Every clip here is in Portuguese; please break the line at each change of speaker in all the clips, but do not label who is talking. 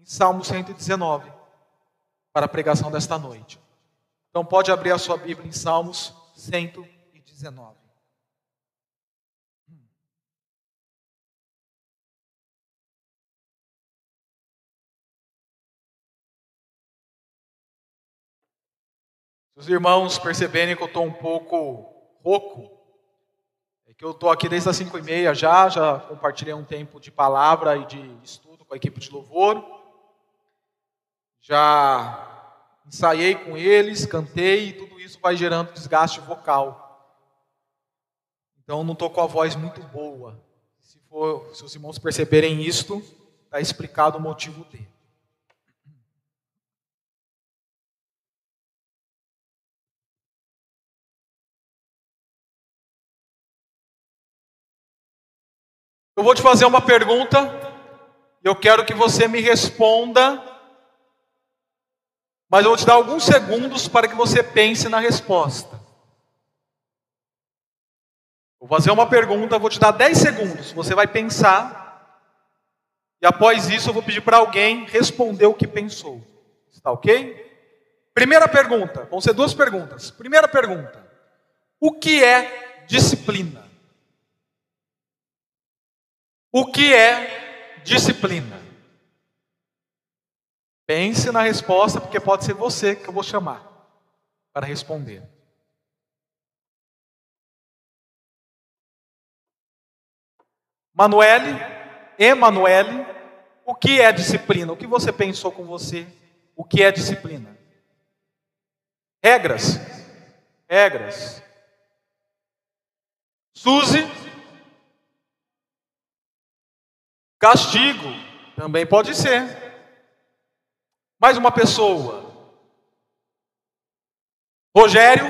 em Salmo 119, para a pregação desta noite. Então pode abrir a sua Bíblia em Salmos 119. Se os irmãos perceberem que eu estou um pouco rouco, é que eu estou aqui desde as 5h30 já compartilhei um tempo de palavra e de estudo com a equipe de louvor, já ensaiei com eles, cantei, e tudo isso vai gerando desgaste vocal. Então não estou com a voz muito boa. Se os irmãos perceberem isto, está explicado o motivo dele. Eu vou te fazer uma pergunta e eu quero que você me responda, mas eu vou te dar alguns segundos para que você pense na resposta. Vou fazer uma pergunta, vou te dar 10 segundos, você vai pensar e após isso eu vou pedir para alguém responder o que pensou. Está ok? Primeira pergunta, vão ser 2 perguntas. Primeira pergunta, o que é disciplina? O que é disciplina? Pense na resposta, porque pode ser você que eu vou chamar para responder. Emanuele, o que é disciplina? O que você pensou com você? O que é disciplina? Regras. Suzy, castigo, também pode ser. Mais uma pessoa. Rogério,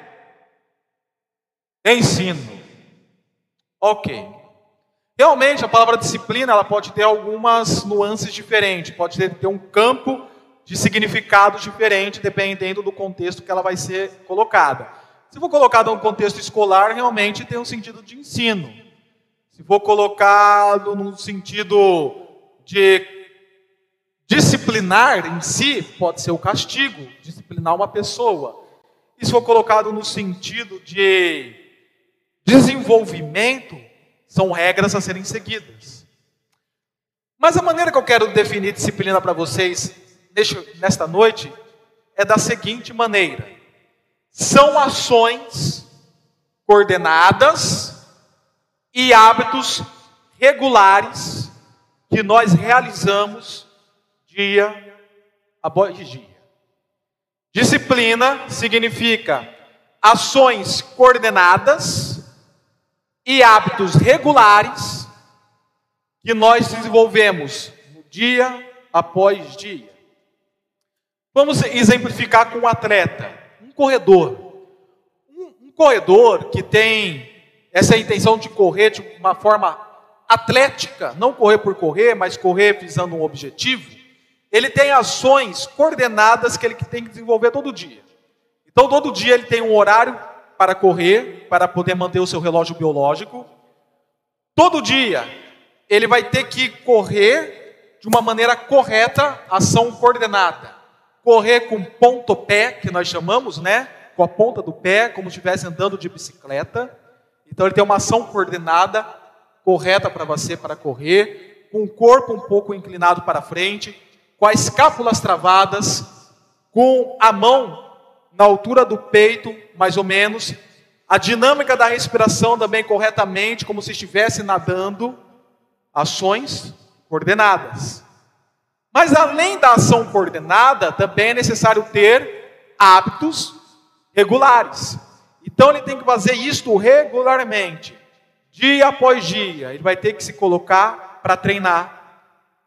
ensino. Ok. Realmente a palavra disciplina, ela pode ter algumas nuances diferentes, pode ter um campo de significado diferente, dependendo do contexto que ela vai ser colocada. Se for colocada num contexto escolar, realmente tem um sentido de ensino. Se for colocado no sentido de disciplinar em si, pode ser o castigo, disciplinar uma pessoa. E se for colocado no sentido de desenvolvimento, são regras a serem seguidas. Mas a maneira que eu quero definir disciplina para vocês nesta noite é da seguinte maneira: são ações coordenadas e hábitos regulares que nós realizamos dia após dia. Disciplina significa ações coordenadas e hábitos regulares que nós desenvolvemos no dia após dia. Vamos exemplificar com um atleta, um corredor. Um corredor que tem essa intenção de correr de uma forma atlética, não correr por correr, mas correr visando um objetivo, ele tem ações coordenadas que ele tem que desenvolver todo dia. Então, todo dia ele tem um horário para correr, para poder manter o seu relógio biológico. Todo dia ele vai ter que correr de uma maneira correta, ação coordenada. Correr com pontapé, que nós chamamos, né? Com a ponta do pé, como se estivesse andando de bicicleta. Então ele tem uma ação coordenada, correta para você para correr, com o corpo um pouco inclinado para frente, com as escápulas travadas, com a mão na altura do peito, mais ou menos, a dinâmica da respiração também corretamente, como se estivesse nadando, ações coordenadas. Mas além da ação coordenada, também é necessário ter hábitos regulares. Então ele tem que fazer isto regularmente, dia após dia. Ele vai ter que se colocar para treinar,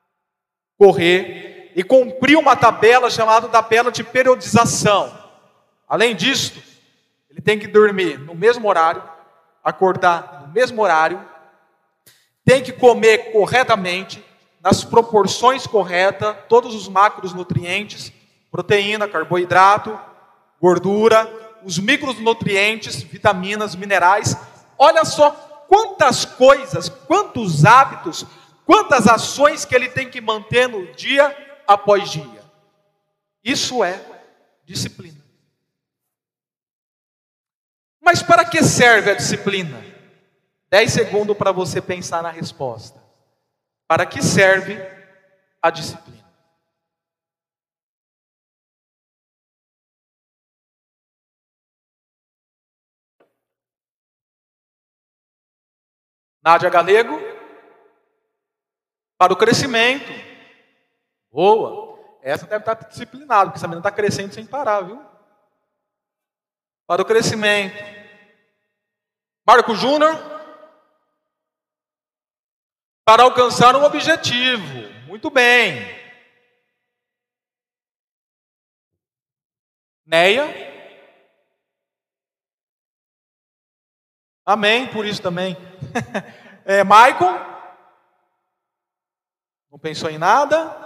correr e cumprir uma tabela chamada tabela de periodização. Além disso, ele tem que dormir no mesmo horário, acordar no mesmo horário, tem que comer corretamente, nas proporções corretas, todos os macronutrientes, proteína, carboidrato, gordura, os micronutrientes, vitaminas, minerais. Olha só quantas coisas, quantos hábitos, quantas ações que ele tem que manter no dia após dia. Isso é disciplina. Mas para que serve a disciplina? 10 segundos para você pensar na resposta. Para que serve a disciplina? Nádia Galego? Para o crescimento. Boa. Essa deve estar disciplinada, porque essa menina está crescendo sem parar, viu? Para o crescimento. Marco Júnior? Para alcançar um objetivo. Muito bem. Neia? Amém, por isso também. Maicon? Não pensou em nada?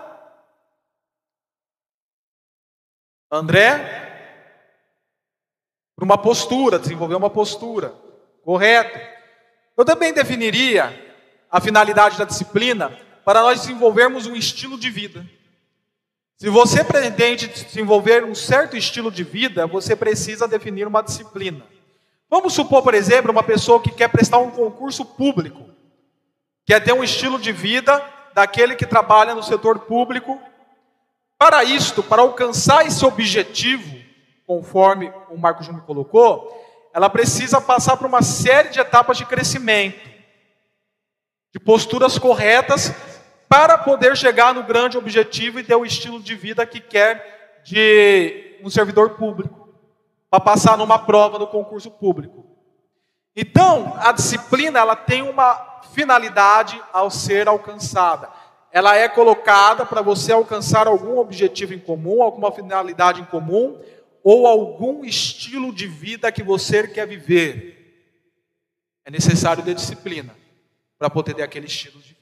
André? Por uma postura, desenvolver uma postura. Correto. Eu também definiria a finalidade da disciplina para nós desenvolvermos um estilo de vida. Se você pretende desenvolver um certo estilo de vida, você precisa definir uma disciplina. Vamos supor, por exemplo, uma pessoa que quer prestar um concurso público, quer ter um estilo de vida daquele que trabalha no setor público. Para isto, para alcançar esse objetivo, conforme o Marco Júnior colocou, ela precisa passar por uma série de etapas de crescimento, de posturas corretas, para poder chegar no grande objetivo e ter o estilo de vida que quer de um servidor público, para passar numa prova no concurso público. Então, a disciplina, ela tem uma finalidade ao ser alcançada. Ela é colocada para você alcançar algum objetivo em comum, alguma finalidade em comum, ou algum estilo de vida que você quer viver. É necessário ter disciplina para poder ter aquele estilo de vida.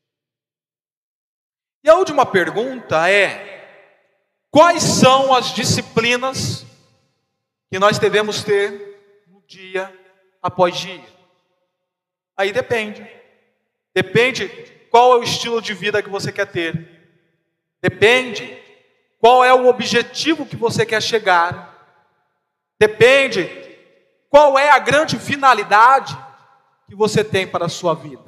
E a última pergunta é: quais são as disciplinas que nós devemos ter no dia após dia? Aí depende. Depende qual é o estilo de vida que você quer ter. Depende qual é o objetivo que você quer chegar. Depende qual é a grande finalidade que você tem para a sua vida.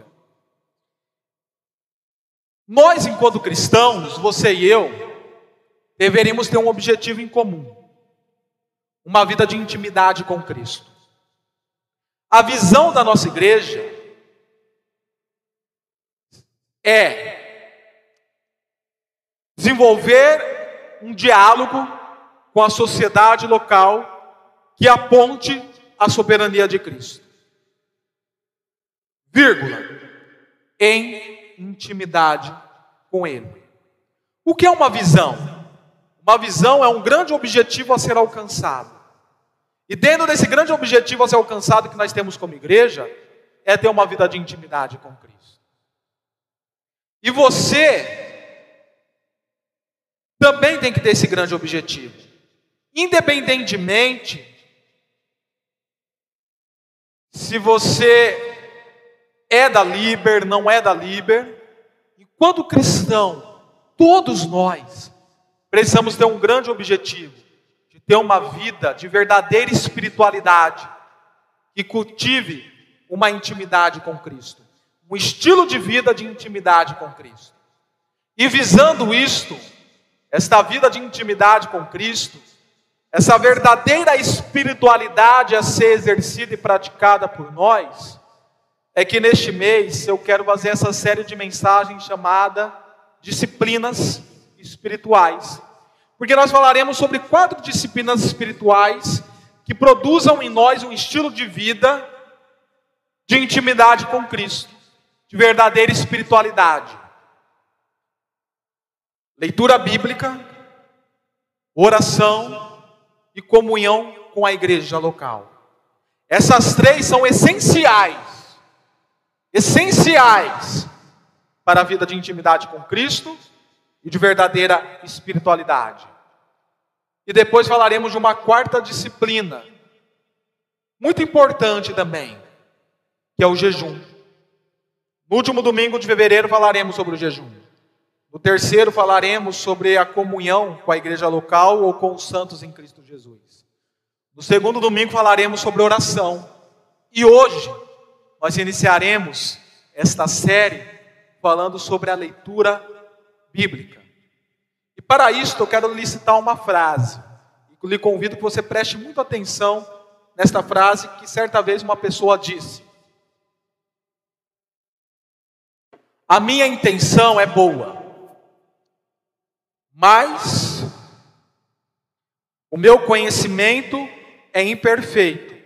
Nós, enquanto cristãos, você e eu, deveríamos ter um objetivo em comum. Uma vida de intimidade com Cristo. A visão da nossa igreja é desenvolver um diálogo com a sociedade local que aponte a soberania de Cristo. Vírgula. Em intimidade com Ele. O que é uma visão? Uma visão é um grande objetivo a ser alcançado. E dentro desse grande objetivo a ser alcançado que nós temos como igreja, é ter uma vida de intimidade com Cristo. E você também tem que ter esse grande objetivo. Independentemente se você é da Liber, não é da Liber, enquanto cristão, todos nós precisamos ter um grande objetivo, de ter uma vida de verdadeira espiritualidade, que cultive uma intimidade com Cristo, um estilo de vida de intimidade com Cristo. E visando isto, esta vida de intimidade com Cristo, essa verdadeira espiritualidade a ser exercida e praticada por nós, é que neste mês eu quero fazer essa série de mensagens chamada Disciplinas Espirituais. Porque nós falaremos sobre 4 disciplinas espirituais que produzam em nós um estilo de vida de intimidade com Cristo, de verdadeira espiritualidade. Leitura bíblica, oração e comunhão com a igreja local. Essas 3 são essenciais para a vida de intimidade com Cristo e de verdadeira espiritualidade. E depois falaremos de uma 4ª disciplina, muito importante também, que é o jejum. No último domingo de fevereiro falaremos sobre o jejum. No terceiro falaremos sobre a comunhão com a igreja local ou com os santos em Cristo Jesus. No segundo domingo falaremos sobre oração. E hoje nós iniciaremos esta série falando sobre a leitura bíblica. E para isso eu quero lhe citar uma frase. E lhe convido que você preste muita atenção nesta frase que certa vez uma pessoa disse: a minha intenção é boa, mas o meu conhecimento é imperfeito.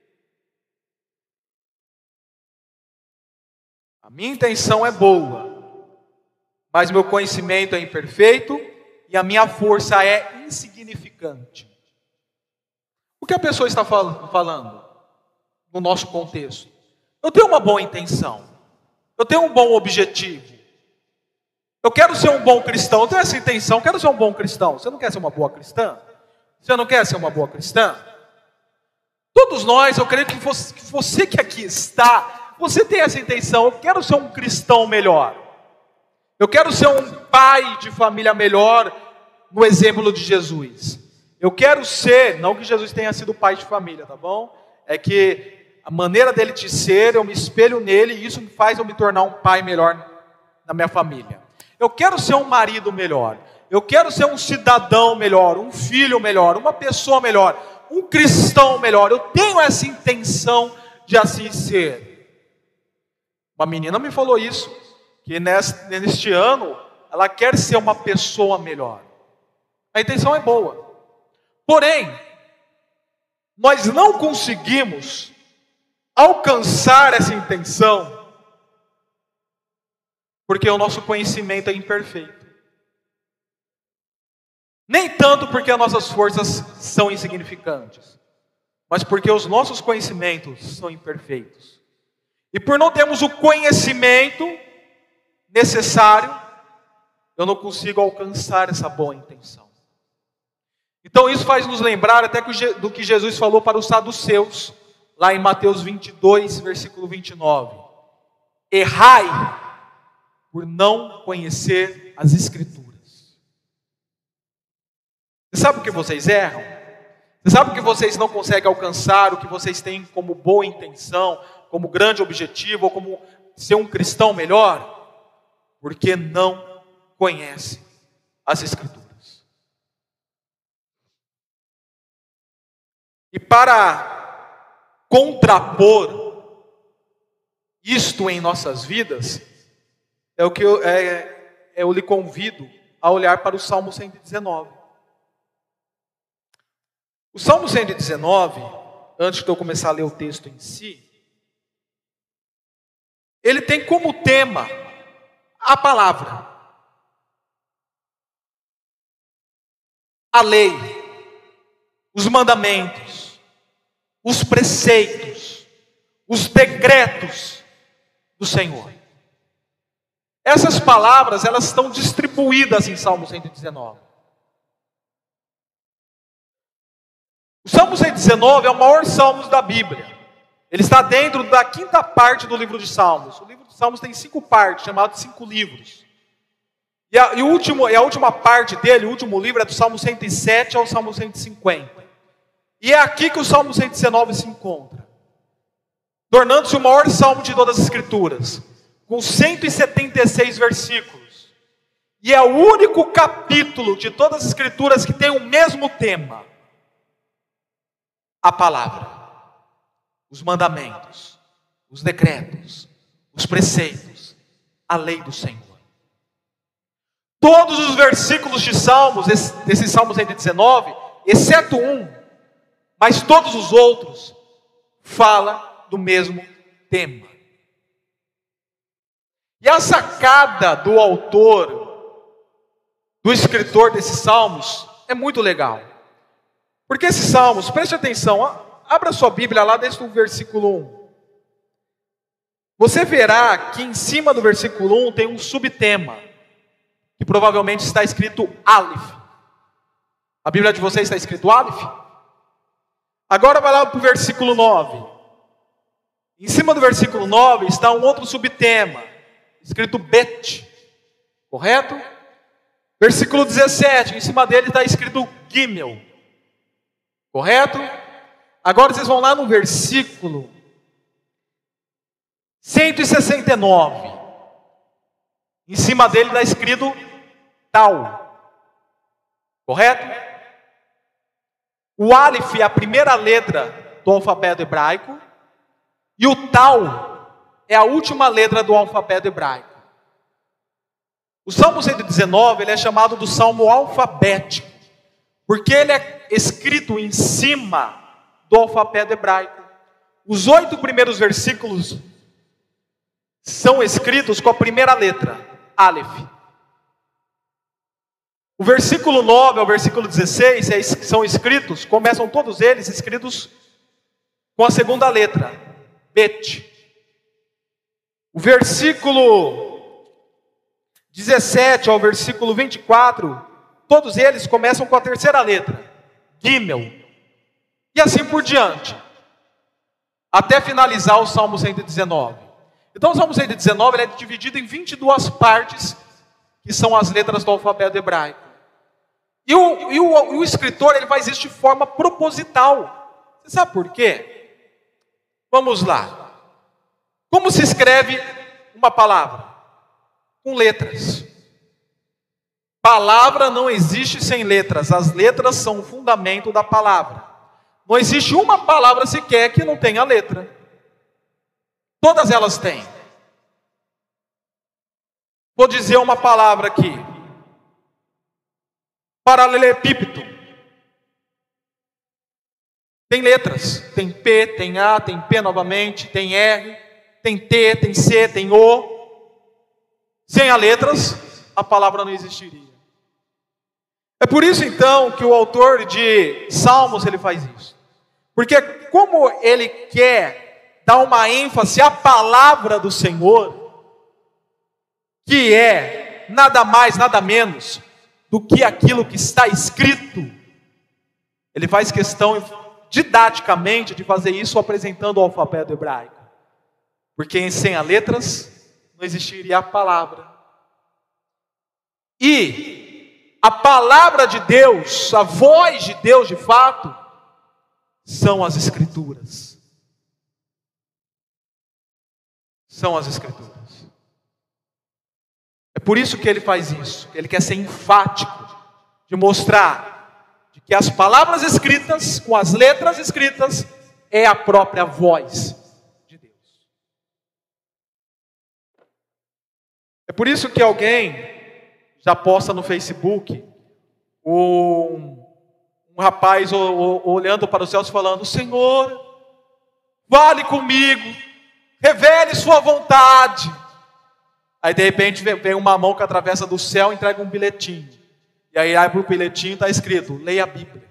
A minha intenção é boa, mas meu conhecimento é imperfeito e a minha força é insignificante. O que a pessoa está falando no nosso contexto? Eu tenho uma boa intenção, eu tenho um bom objetivo, eu quero ser um bom cristão, eu tenho essa intenção, eu quero ser um bom cristão. Você não quer ser uma boa cristã? Você não quer ser uma boa cristã? Todos nós, eu creio que você que aqui está, você tem essa intenção. Eu quero ser um cristão melhor. Eu quero ser um pai de família melhor, no exemplo de Jesus. Eu quero ser, não que Jesus tenha sido pai de família, tá bom? É que a maneira dele de ser, eu me espelho nele e isso me faz eu me tornar um pai melhor na minha família. Eu quero ser um marido melhor. Eu quero ser um cidadão melhor, um filho melhor, uma pessoa melhor, um cristão melhor. Eu tenho essa intenção de assim ser. Uma menina me falou isso, que neste ano ela quer ser uma pessoa melhor. A intenção é boa. Porém, nós não conseguimos alcançar essa intenção porque o nosso conhecimento é imperfeito. Nem tanto porque as nossas forças são insignificantes, mas porque os nossos conhecimentos são imperfeitos. E por não termos o conhecimento necessário, eu não consigo alcançar essa boa intenção. Então isso faz nos lembrar até do que Jesus falou para os saduceus, lá em Mateus 22, versículo 29. Errai por não conhecer as Escrituras. Você sabe por que vocês erram? Você sabe por que vocês não conseguem alcançar o que vocês têm como boa intenção, como grande objetivo, ou como ser um cristão melhor? Porque não conhecem as Escrituras. E para contrapor isto em nossas vidas, eu lhe convido a olhar para o Salmo 119. O Salmo 119, antes de eu começar a ler o texto em si, ele tem como tema a palavra, a lei, os mandamentos, os preceitos, os decretos do Senhor. Essas palavras, elas estão distribuídas em Salmo 119. O Salmo 119 é o maior salmo da Bíblia. Ele está dentro da quinta parte do livro de Salmos. O livro de Salmos tem 5 partes, chamados 5 livros. E a última parte dele, o último livro, é do Salmo 107 ao Salmo 150. E é aqui que o Salmo 119 se encontra, tornando-se o maior salmo de todas as Escrituras, com 176 versículos. E é o único capítulo de todas as Escrituras que tem o mesmo tema: a palavra, os mandamentos, os decretos, os preceitos, a lei do Senhor. Todos os versículos de Salmos, desse Salmo 119, exceto um, mas todos os outros, fala do mesmo tema. E a sacada do autor, do escritor desses salmos, é muito legal. Porque esses salmos, preste atenção, abra sua Bíblia lá desde o versículo 1. Você verá que em cima do versículo 1 tem um subtema, que provavelmente está escrito Aleph. A Bíblia de vocês está escrito Aleph? Agora vai lá para o versículo 9. Em cima do versículo 9 está um outro subtema, escrito Bet. Correto? Versículo 17, em cima dele está escrito Gimel. Correto? Agora vocês vão lá no versículo 169. Em cima dele está escrito Tal. Correto? O Aleph é a primeira letra do alfabeto hebraico. E o Tal é a última letra do alfabeto hebraico. O Salmo 119 ele é chamado do Salmo alfabético, porque ele é escrito em cima do alfabeto hebraico. Os 8 primeiros versículos são escritos com a primeira letra, Aleph. O versículo 9 ao versículo 16 são escritos, começam todos eles escritos com a segunda letra, Bet. O versículo 17 ao versículo 24, todos eles começam com a terceira letra, Gimel. E assim por diante, até finalizar o Salmo 119. Então o Salmo 119 ele é dividido em 22 partes, que são as letras do alfabeto hebraico. E o escritor ele faz isso de forma proposital. Você sabe por quê? Vamos lá. Como se escreve uma palavra? Com letras. Palavra não existe sem letras. As letras são o fundamento da palavra. Não existe uma palavra sequer que não tenha letra. Todas elas têm. Vou dizer uma palavra aqui. Paralelepípedo. Tem letras. Tem P, tem A, tem P novamente, tem R, tem T, tem C, tem O. Sem as letras, a palavra não existiria. É por isso então que o autor de Salmos ele faz isso. Porque como ele quer dar uma ênfase à palavra do Senhor, que é nada mais, nada menos do que aquilo que está escrito, ele faz questão didaticamente de fazer isso apresentando o alfabeto hebraico. Porque sem as letras não existiria a palavra. E a palavra de Deus, a voz de Deus de fato, são as Escrituras. São as Escrituras. É por isso que ele faz isso. Ele quer ser enfático, de mostrar de que as palavras escritas, com as letras escritas, é a própria voz. É por isso que alguém já posta no Facebook um rapaz olhando para os céus falando: Senhor, fale comigo, revele sua vontade. Aí de repente vem uma mão que atravessa do céu e entrega um bilhetinho. E aí abre o bilhetinho e está escrito: leia a Bíblia.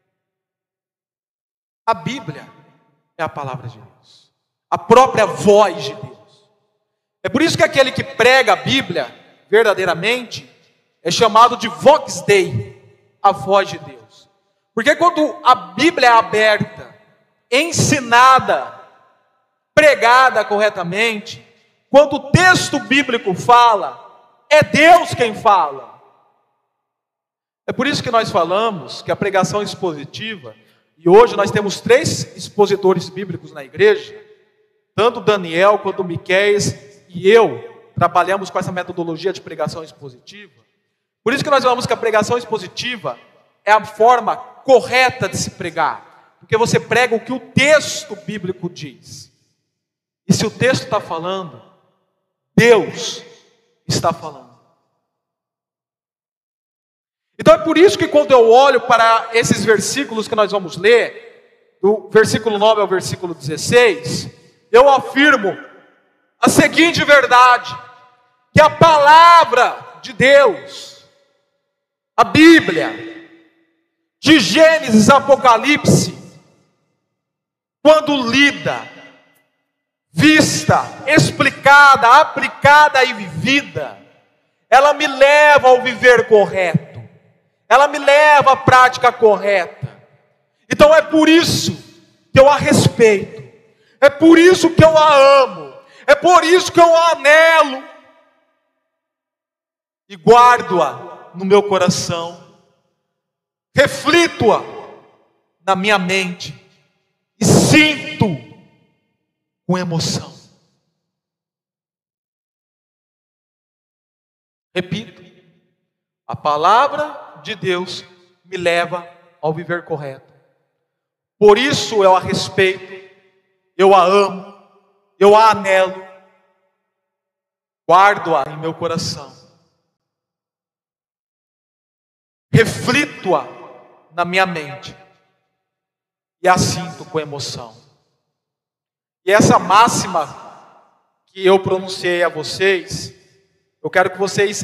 A Bíblia é a palavra de Deus, a própria voz de Deus. É por isso que aquele que prega a Bíblia verdadeiramente é chamado de Vox Dei, a voz de Deus. Porque quando a Bíblia é aberta, ensinada, pregada corretamente, quando o texto bíblico fala, é Deus quem fala. É por isso que nós falamos que a pregação expositiva, e hoje nós temos 3 expositores bíblicos na igreja, tanto Daniel quanto Miqueias e eu trabalhamos com essa metodologia de pregação expositiva. Por isso que nós falamos que a pregação expositiva é a forma correta de se pregar. Porque você prega o que o texto bíblico diz. E se o texto está falando, Deus está falando. Então é por isso que quando eu olho para esses versículos que nós vamos ler, do versículo 9 ao versículo 16, eu afirmo a seguinte verdade: que a palavra de Deus, a Bíblia, de Gênesis a Apocalipse, quando lida, vista, explicada, aplicada e vivida, ela me leva ao viver correto, ela me leva à prática correta. Então é por isso que eu a respeito, é por isso que eu a amo, é por isso que eu a anelo e guardo-a no meu coração, reflito-a na minha mente e sinto com emoção. Repito, a palavra de Deus me leva ao viver correto. Por isso eu a respeito, eu a amo, eu a anelo, guardo-a em meu coração, reflito-a na minha mente e a sinto com emoção. E essa máxima que eu pronunciei a vocês, eu quero que vocês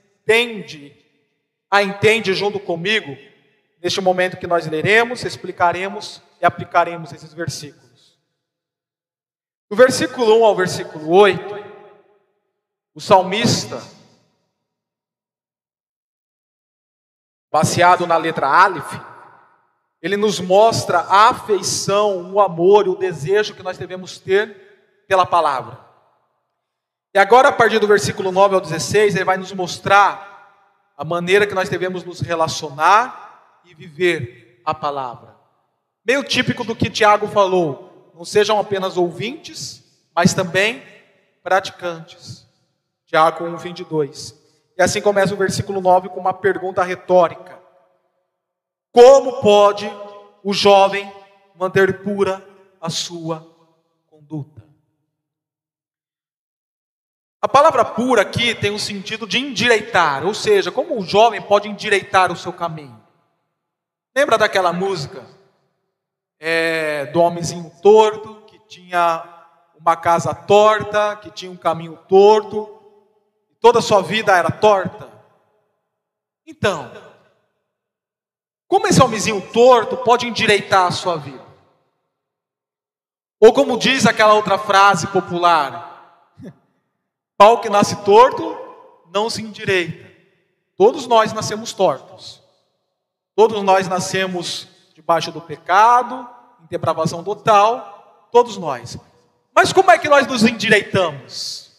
entendam junto comigo, neste momento que nós leremos, explicaremos e aplicaremos esses versículos. Do versículo 1 ao versículo 8, o salmista, baseado na letra Aleph, ele nos mostra a afeição, o amor e o desejo que nós devemos ter pela palavra. E agora, a partir do versículo 9 ao 16, ele vai nos mostrar a maneira que nós devemos nos relacionar e viver a palavra. Meio típico do que Tiago falou: não sejam apenas ouvintes, mas também praticantes. Tiago 1:22. E assim começa o versículo 9 com uma pergunta retórica: como pode o jovem manter pura a sua conduta? A palavra pura aqui tem o sentido de endireitar, ou seja, como o jovem pode endireitar o seu caminho. Lembra daquela música do homenzinho torto, que tinha uma casa torta, que tinha um caminho torto, toda a sua vida era torta? Então, como esse homenzinho torto pode endireitar a sua vida? Ou como diz aquela outra frase popular: pau que nasce torto, não se endireita. Todos nós nascemos tortos. Todos nós nascemos debaixo do pecado, em depravação total. Todos nós. Mas como é que nós nos endireitamos?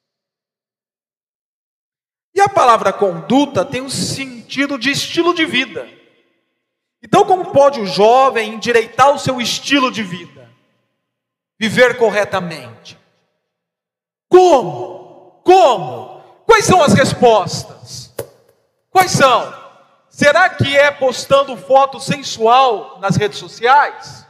E a palavra conduta tem um sentido de estilo de vida. Então, como pode o jovem endireitar o seu estilo de vida? Viver corretamente. Como? Como? Quais são as respostas? Quais são? Será que é postando foto sensual nas redes sociais?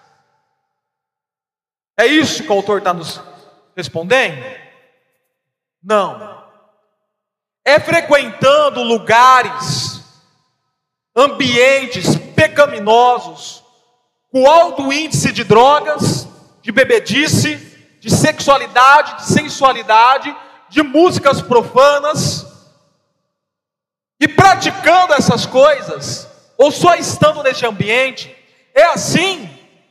É isso que o autor está nos respondendo? Não. É frequentando lugares, ambientes pecaminosos, com alto índice de drogas, de bebedice, de sexualidade, de sensualidade, de músicas profanas, e praticando essas coisas, ou só estando neste ambiente? É assim?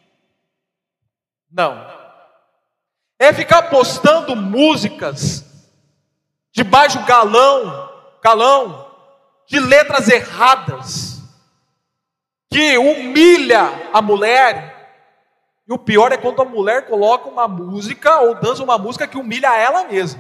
Não. É ficar postando músicas de baixo calão, de letras erradas, que humilha a mulher. E o pior é quando a mulher coloca uma música ou dança uma música que humilha ela mesma.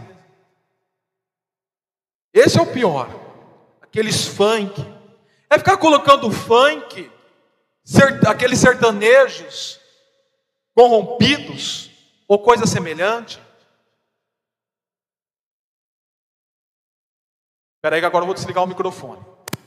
Esse é o pior. Aqueles funk. É ficar colocando funk, aqueles sertanejos corrompidos ou coisa semelhante. Espera aí que agora eu vou desligar o microfone.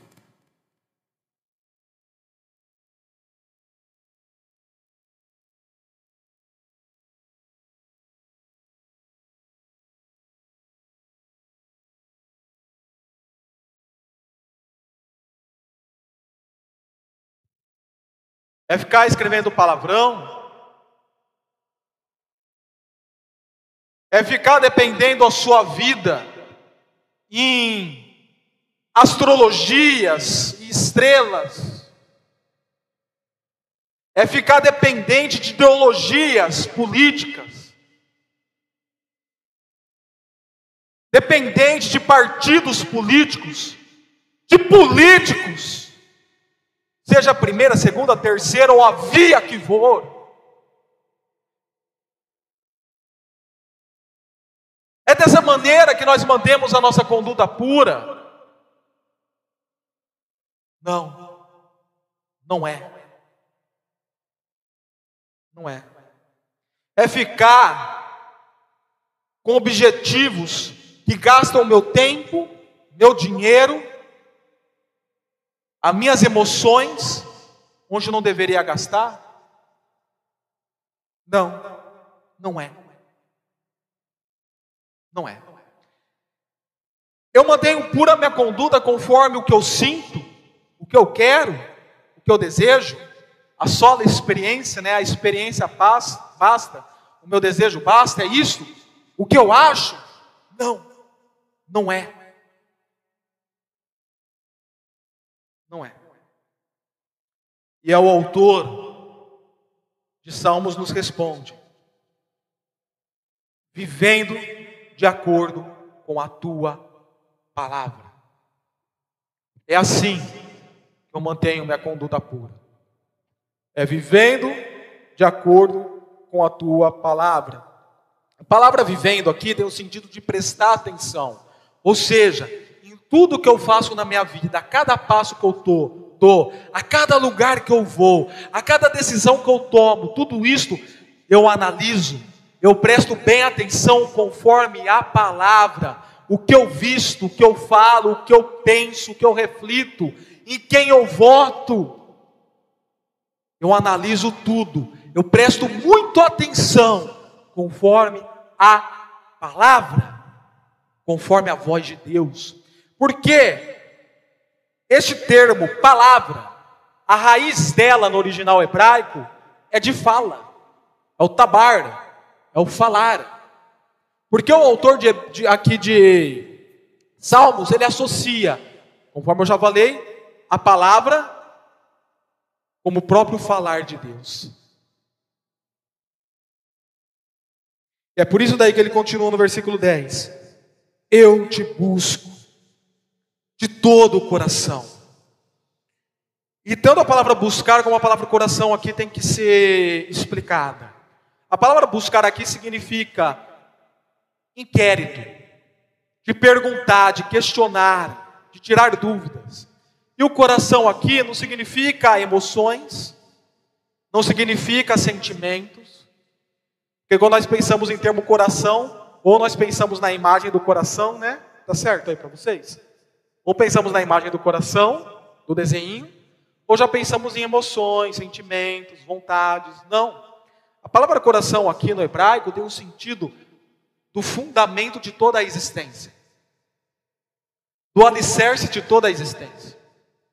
É ficar escrevendo palavrão. É ficar dependendo a sua vida em astrologias e estrelas. É ficar dependente de ideologias políticas. Dependente de partidos políticos, de políticos. Seja a primeira, segunda, terceira ou a via que for. É dessa maneira que nós mantemos a nossa conduta pura. Não, não é. Não é. É ficar com objetivos que gastam meu tempo, meu dinheiro, as minhas emoções, onde não deveria gastar? Não, não é. Não é. Eu mantenho pura minha conduta conforme o que eu sinto, o que eu quero, o que eu desejo. A sola experiência, né? A experiência basta, o meu desejo basta, é isso? O que eu acho? Não, não é. Não é. E é o autor de Salmos nos responde: vivendo de acordo com a tua palavra. É assim que eu mantenho minha conduta pura. É vivendo de acordo com a tua palavra. A palavra vivendo aqui tem o sentido de prestar atenção. Ou seja, em tudo que eu faço na minha vida, a cada passo que eu dou, a cada lugar que eu vou, a cada decisão que eu tomo, tudo isto eu analiso, eu presto bem atenção conforme a palavra, o que eu visto, o que eu falo, o que eu penso, o que eu reflito, em quem eu voto. Eu analiso tudo, eu presto muito atenção conforme a palavra, conforme a voz de Deus. Porque este termo, palavra, a raiz dela no original hebraico é de fala, é o tabar, é o falar. Porque o autor aqui de Salmos, ele associa, conforme eu já falei, a palavra como o próprio falar de Deus. E é por isso daí que ele continua no versículo 10. Eu te busco de todo o coração. E tanto a palavra buscar como a palavra coração aqui tem que ser explicada. A palavra buscar aqui significa inquérito, de perguntar, de questionar, de tirar dúvidas. E o coração aqui não significa emoções, não significa sentimentos. Porque quando nós pensamos em termo coração, ou nós pensamos na imagem do coração, né? Tá certo aí para vocês? Ou pensamos na imagem do coração, do desenho, ou já pensamos em emoções, sentimentos, vontades. Não. A palavra coração aqui no hebraico tem um sentido do fundamento de toda a existência, do alicerce de toda a existência.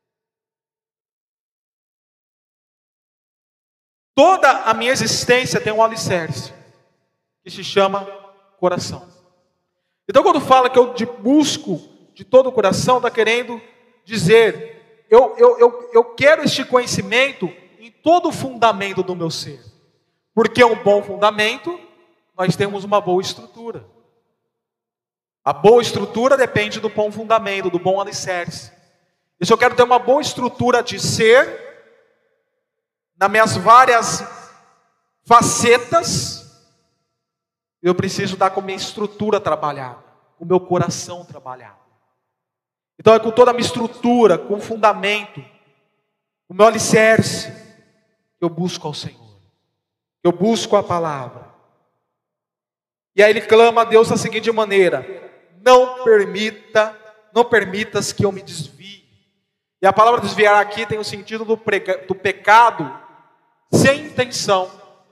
Toda a minha existência tem um alicerce, que se chama coração. Então quando fala que eu te busco de todo o coração, está querendo dizer, eu quero este conhecimento em todo o fundamento do meu ser. Porque um bom fundamento, nós temos uma boa estrutura. A boa estrutura depende do bom fundamento, do bom alicerce. E se eu quero ter uma boa estrutura de ser, nas minhas várias facetas, eu preciso estar com a minha estrutura trabalhada, com o meu coração trabalhado. Então é com toda a minha estrutura, com o fundamento, o meu alicerce, que eu busco ao Senhor, que eu busco a palavra. E aí ele clama a Deus da seguinte maneira: não permitas que eu me desvie. E a palavra desviar aqui tem o sentido do pecado sem intenção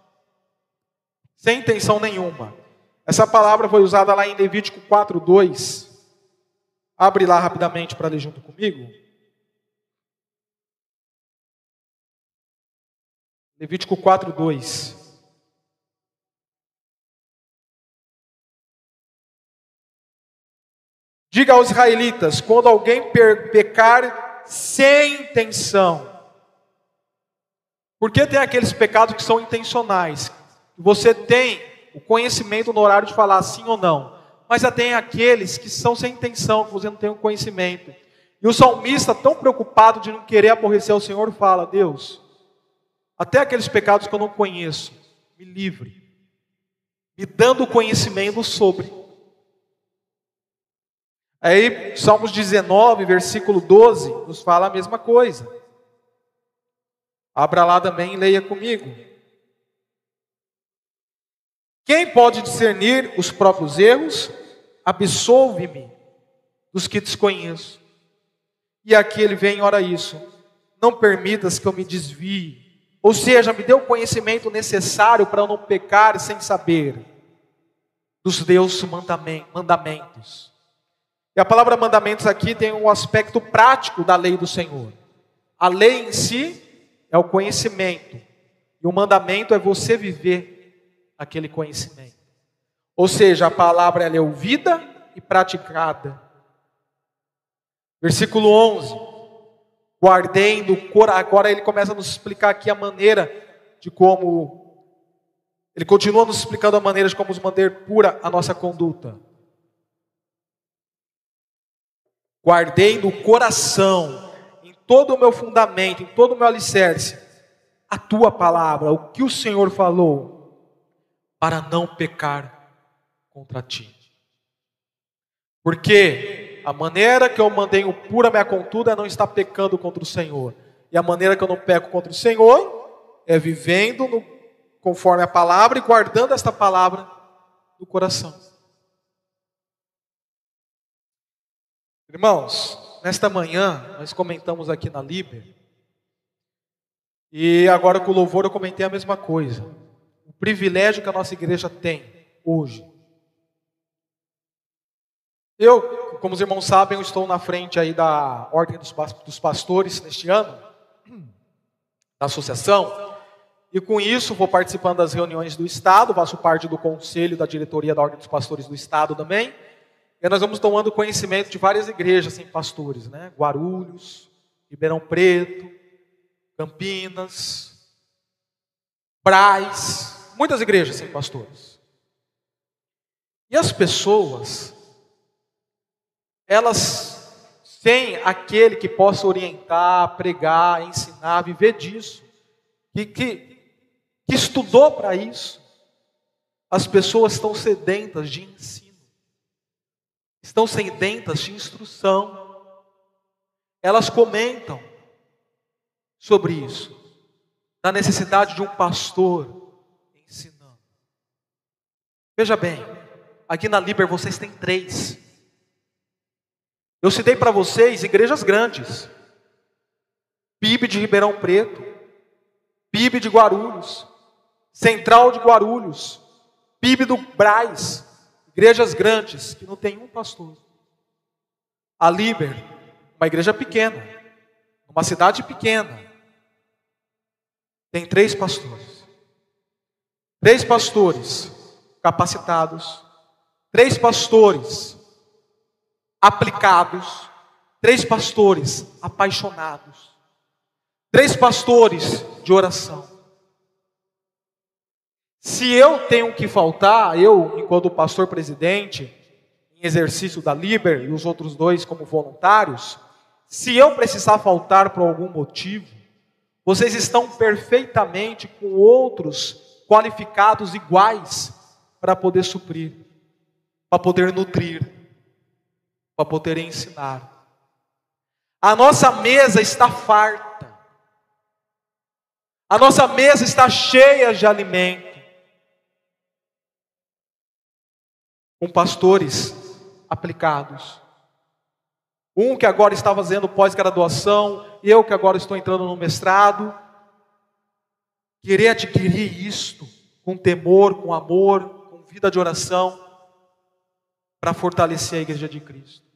nenhuma. Essa palavra foi usada lá em Levítico 4:2. Abre lá rapidamente para ler junto comigo. Levítico 4:2. Diga aos israelitas, quando alguém pecar sem intenção. Porque tem aqueles pecados que são intencionais. Você tem o conhecimento no horário de falar sim ou não. Mas já tem aqueles que são sem intenção, que você não tem o conhecimento. E o salmista, tão preocupado de não querer aborrecer o Senhor, fala: Deus, até aqueles pecados que eu não conheço, me livre, me dando o conhecimento sobre. Aí, Salmos 19, versículo 12, nos fala a mesma coisa. Abra lá também e leia comigo. Quem pode discernir os próprios erros? Absolve-me dos que desconheço. E aqui ele vem, ora isso. Não permitas que eu me desvie. Ou seja, me dê o conhecimento necessário para eu não pecar sem saber dos teus mandamentos. E a palavra mandamentos aqui tem um aspecto prático da lei do Senhor. A lei em si é o conhecimento. E o mandamento é você viver aquele conhecimento. Ou seja, a palavra ela é ouvida e praticada. Versículo 11. Guardei do coração. Agora ele começa a nos explicar aqui a maneira de como... Ele continua nos explicando a maneira de como nos manter pura a nossa conduta. Guardei no coração, em todo o meu fundamento, em todo o meu alicerce, a tua palavra, o que o Senhor falou, para não pecar contra ti. Porque a maneira que eu mantenho pura a minha conduta é não estar pecando contra o Senhor. E a maneira que eu não peco contra o Senhor é vivendo conforme a palavra e guardando esta palavra no coração. Irmãos, nesta manhã nós comentamos aqui na Liber, e agora com o louvor eu comentei a mesma coisa. O privilégio que a nossa igreja tem hoje. Eu, como os irmãos sabem, eu estou na frente aí da Ordem dos Pastores neste ano, da associação, e com isso vou participando das reuniões do Estado, faço parte do conselho da diretoria da Ordem dos Pastores do Estado também. E nós vamos tomando conhecimento de várias igrejas sem pastores, né? Guarulhos, Ribeirão Preto, Campinas, Braz, muitas igrejas sem pastores. E as pessoas, elas têm aquele que possa orientar, pregar, ensinar, viver disso, que estudou para isso. As pessoas estão sedentas de ensino. Estão sedentas de instrução. Elas comentam sobre isso, da necessidade de um pastor ensinando. Veja bem, aqui na Liber vocês têm 3. Eu citei para vocês igrejas grandes. PIB de Ribeirão Preto, PIB de Guarulhos, Central de Guarulhos, PIB do Braz. Igrejas grandes que não tem um pastor. A Liber, uma igreja pequena, uma cidade pequena, tem 3 pastores. 3 pastores capacitados, 3 pastores aplicados, 3 pastores apaixonados, 3 pastores de oração. Se eu tenho que faltar, eu, enquanto pastor presidente, em exercício da Liber, e os outros 2 como voluntários, se eu precisar faltar por algum motivo, vocês estão perfeitamente com outros qualificados iguais para poder suprir, para poder nutrir, para poder ensinar. A nossa mesa está farta, a nossa mesa está cheia de alimento, com pastores aplicados. Um que agora está fazendo pós-graduação, eu que agora estou entrando no mestrado. Querer adquirir isto com temor, com amor, com vida de oração, para fortalecer a igreja de Cristo.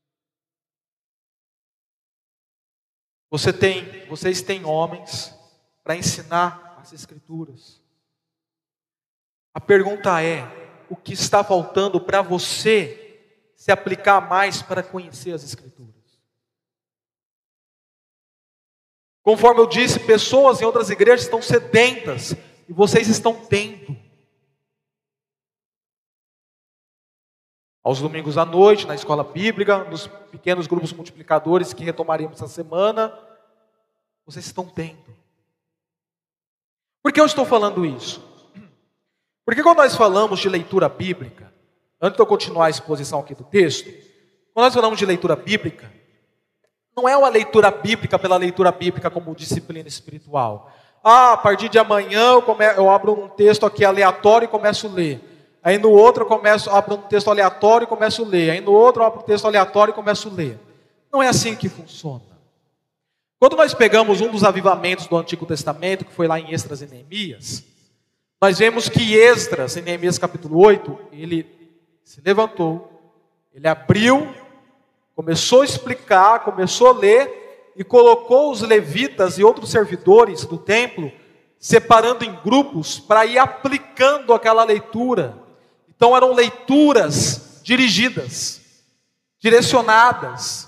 Vocês têm homens para ensinar as Escrituras. A pergunta é: o que está faltando para você se aplicar mais para conhecer as Escrituras? Conforme eu disse, pessoas em outras igrejas estão sedentas e vocês estão tendo. Aos domingos à noite, na escola bíblica, nos pequenos grupos multiplicadores que retomaremos essa semana, vocês estão tendo. Por que eu estou falando isso? Porque quando nós falamos de leitura bíblica, antes de eu continuar a exposição aqui do texto, Quando nós falamos de leitura bíblica, não é uma leitura bíblica pela leitura bíblica como disciplina espiritual. A partir de amanhã eu abro um texto aqui aleatório e começo a ler. Aí no outro eu abro um texto aleatório e começo a ler. Aí no outro eu abro um texto aleatório e começo a ler. Não é assim que funciona. Quando nós pegamos um dos avivamentos do Antigo Testamento, que foi lá em Esdras e Neemias, nós vemos que Esdras, em Neemias capítulo 8, ele se levantou, ele abriu, começou a explicar, começou a ler e colocou os levitas e outros servidores do templo, separando em grupos para ir aplicando aquela leitura. Então eram leituras dirigidas, direcionadas.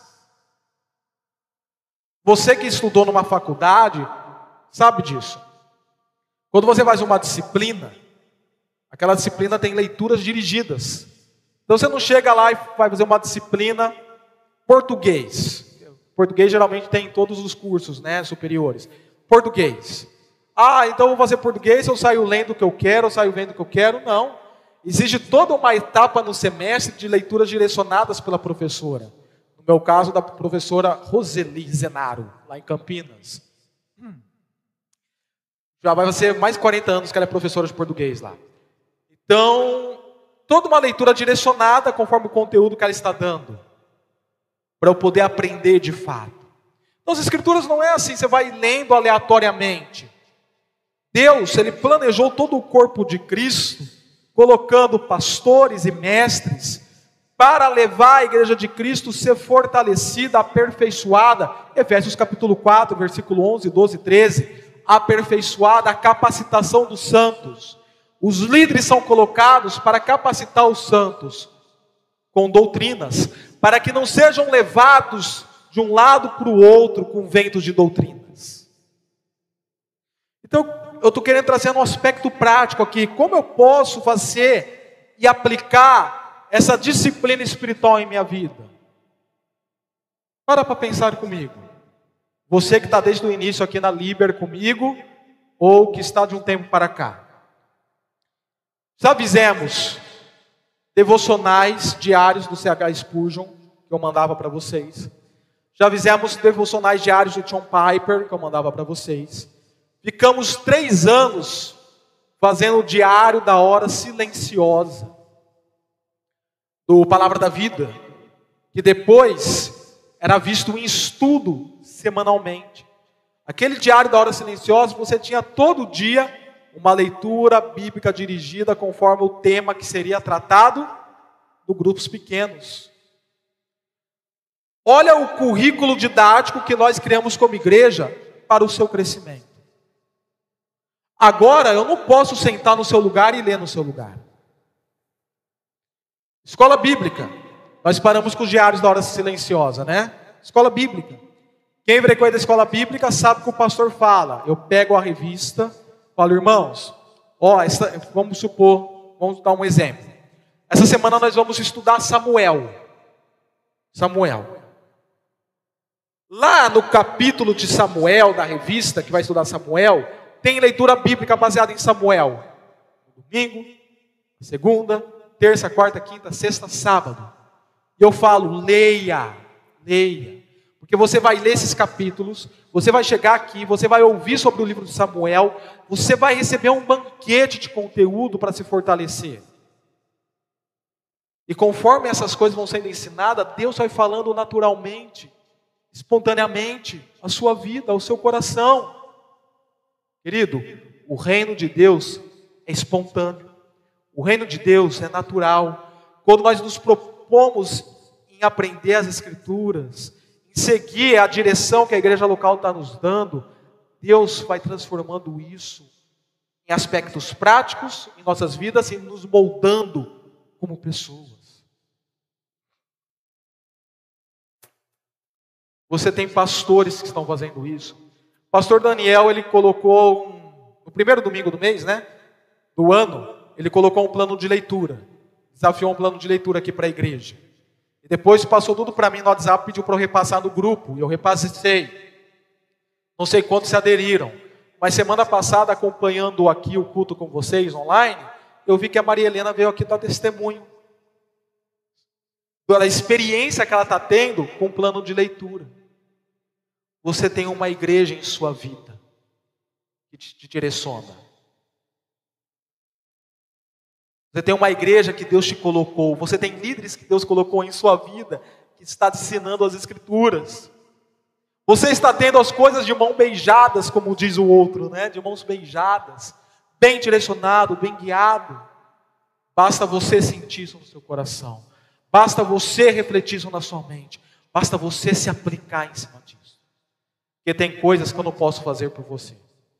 Você que estudou numa faculdade, sabe disso. Quando você faz uma disciplina, aquela disciplina tem leituras dirigidas. Então você não chega lá e vai fazer uma disciplina português. Português geralmente tem em todos os cursos, né, superiores. Português. Então eu vou fazer português, eu saio lendo o que eu quero, eu saio vendo o que eu quero. Não. Existe toda uma etapa no semestre de leituras direcionadas pela professora. No meu caso, da professora Roseli Zenaro, lá em Campinas. Já vai ser mais de 40 anos que ela é professora de português lá. Então, toda uma leitura direcionada conforme o conteúdo que ela está dando, para eu poder aprender de fato. Então, as escrituras não é assim, você vai lendo aleatoriamente. Deus, Ele planejou todo o corpo de Cristo, colocando pastores e mestres, para levar a igreja de Cristo a ser fortalecida, aperfeiçoada. Efésios capítulo 4, versículo 11, 12 e 13. Aperfeiçoada a capacitação dos santos. Os líderes são colocados para capacitar os santos com doutrinas, para que não sejam levados de um lado para o outro com ventos de doutrinas. Então, eu estou querendo trazer um aspecto prático aqui. Como eu posso fazer e aplicar essa disciplina espiritual em minha vida? Para pensar comigo. Você que está desde o início aqui na Liber comigo, ou que está de um tempo para cá. Já fizemos devocionais diários do C.H. Spurgeon, que eu mandava para vocês. Já fizemos devocionais diários do John Piper, que eu mandava para vocês. Ficamos 3 anos fazendo o diário da hora silenciosa, do Palavra da Vida, que depois era visto em estudo semanalmente. Aquele diário da hora silenciosa, você tinha todo dia uma leitura bíblica dirigida conforme o tema que seria tratado do grupos pequenos. Olha o currículo didático que nós criamos como igreja para o seu crescimento. Agora eu não posso sentar no seu lugar e ler no seu lugar. Escola bíblica. Nós paramos com os diários da hora silenciosa, né? Escola bíblica. Quem frequenta a escola bíblica sabe que o pastor fala. Eu pego a revista, falo, irmãos, vamos dar um exemplo. Essa semana nós vamos estudar Samuel. Lá no capítulo de Samuel, da revista que vai estudar Samuel, tem leitura bíblica baseada em Samuel. Domingo, segunda, terça, quarta, quinta, sexta, sábado. E eu falo, leia. Porque você vai ler esses capítulos, você vai chegar aqui, você vai ouvir sobre o livro de Samuel, você vai receber um banquete de conteúdo para se fortalecer. E conforme essas coisas vão sendo ensinadas, Deus vai falando naturalmente, espontaneamente, a sua vida, ao seu coração. Querido, o reino de Deus é espontâneo. O reino de Deus é natural. Quando nós nos propomos em aprender as Escrituras, em seguir a direção que a igreja local está nos dando, Deus vai transformando isso em aspectos práticos em nossas vidas e nos moldando como pessoas. Você tem pastores que estão fazendo isso. O pastor Daniel, ele colocou, no primeiro domingo do mês, né, do ano, ele colocou um plano de leitura. Desafiou um plano de leitura aqui para a igreja. E depois passou tudo para mim no WhatsApp, pediu para eu repassar no grupo. E eu repassei. Não sei quantos se aderiram. Mas semana passada, acompanhando aqui o culto com vocês online, eu vi que a Maria Helena veio aqui dar testemunho. da experiência que ela está tendo com o plano de leitura. Você tem uma igreja em sua vida que te direciona. Você tem uma igreja que Deus te colocou. Você tem líderes que Deus colocou em sua vida, que está te ensinando as Escrituras. Você está tendo as coisas de mão beijadas, como diz o outro, né? De mãos beijadas, bem direcionado, bem guiado. Basta você sentir isso no seu coração. Basta você refletir isso na sua mente. Basta você se aplicar em cima disso. Porque tem coisas que eu não posso fazer por você.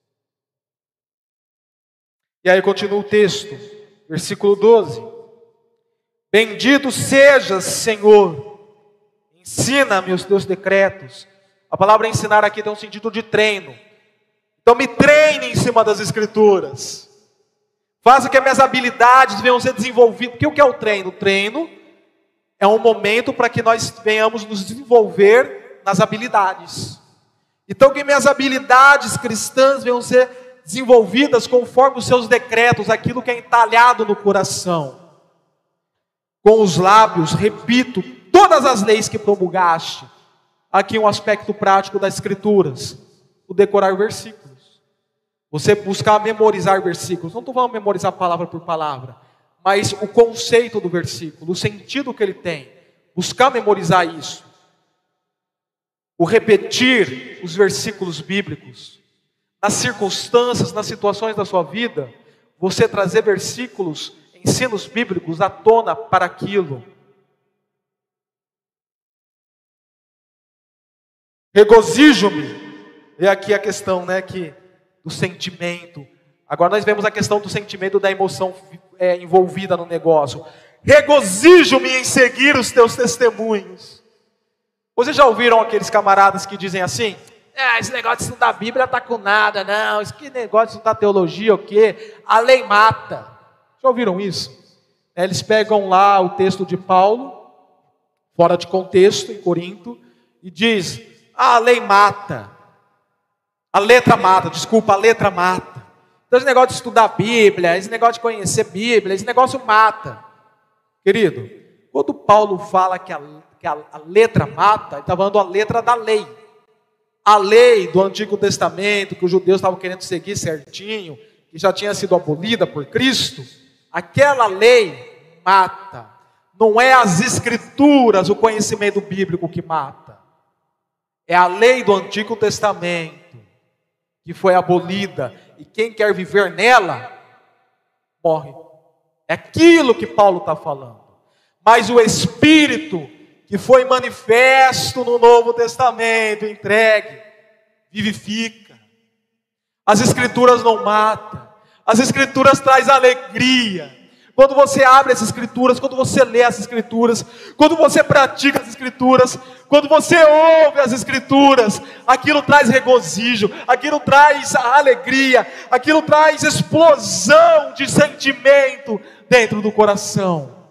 E aí continua o texto, versículo 12. Bendito sejas, Senhor, ensina-me os teus decretos. A palavra ensinar aqui tem um sentido de treino. Então me treine em cima das Escrituras. Faça que as minhas habilidades venham ser desenvolvidas. Porque o que é o treino? O treino é um momento para que nós venhamos nos desenvolver nas habilidades. Então que minhas habilidades cristãs venham ser desenvolvidas conforme os seus decretos, aquilo que é entalhado no coração. Com os lábios, repito, todas as leis que promulgaste. Aqui um aspecto prático das Escrituras, o decorar versículos. Você buscar memorizar versículos. Não estou falando memorizar palavra por palavra, mas o conceito do versículo, o sentido que ele tem. Buscar memorizar isso. O repetir os versículos bíblicos. Nas circunstâncias, nas situações da sua vida, você trazer versículos, ensinos bíblicos à tona para aquilo. Regozijo-me. É aqui a questão, né, do sentimento. Agora nós vemos a questão do sentimento, da emoção envolvida no negócio. Regozijo-me em seguir os teus testemunhos. Vocês já ouviram aqueles camaradas que dizem assim? Esse negócio de estudar a Bíblia está com nada, não. Esse negócio de estudar teologia, o quê? A lei mata. Já ouviram isso? Eles pegam lá o texto de Paulo, fora de contexto, em Corinto, e diz: a lei mata. A letra mata, desculpa, a letra mata. Então esse negócio de estudar a Bíblia, esse negócio de conhecer a Bíblia, esse negócio mata. Querido, quando Paulo fala que a letra mata, ele está falando a letra da lei. A lei do Antigo Testamento, que os judeus estavam querendo seguir certinho, que já tinha sido abolida por Cristo, aquela lei mata. Não é as Escrituras, o conhecimento bíblico que mata. É a lei do Antigo Testamento que foi abolida. E quem quer viver nela, morre. É aquilo que Paulo está falando. Mas o Espírito que foi manifesto no Novo Testamento, entregue, vivifica. As Escrituras não matam. As Escrituras trazem alegria. Quando você abre as Escrituras, quando você lê as Escrituras, quando você pratica as Escrituras, quando você ouve as Escrituras, aquilo traz regozijo, aquilo traz alegria, aquilo traz explosão de sentimento dentro do coração.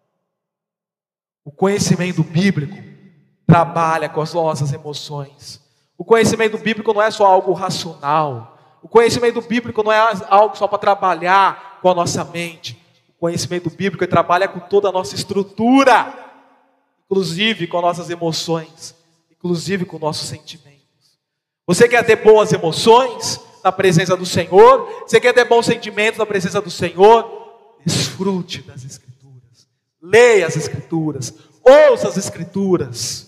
O conhecimento bíblico trabalha com as nossas emoções. O conhecimento bíblico não é só algo racional. O conhecimento bíblico não é algo só para trabalhar com a nossa mente. O conhecimento bíblico trabalha com toda a nossa estrutura, inclusive com nossas emoções, inclusive com nossos sentimentos. Você quer ter boas emoções na presença do Senhor? Você quer ter bons sentimentos na presença do Senhor? Desfrute das Escrituras. Leia as Escrituras. Ouça as Escrituras.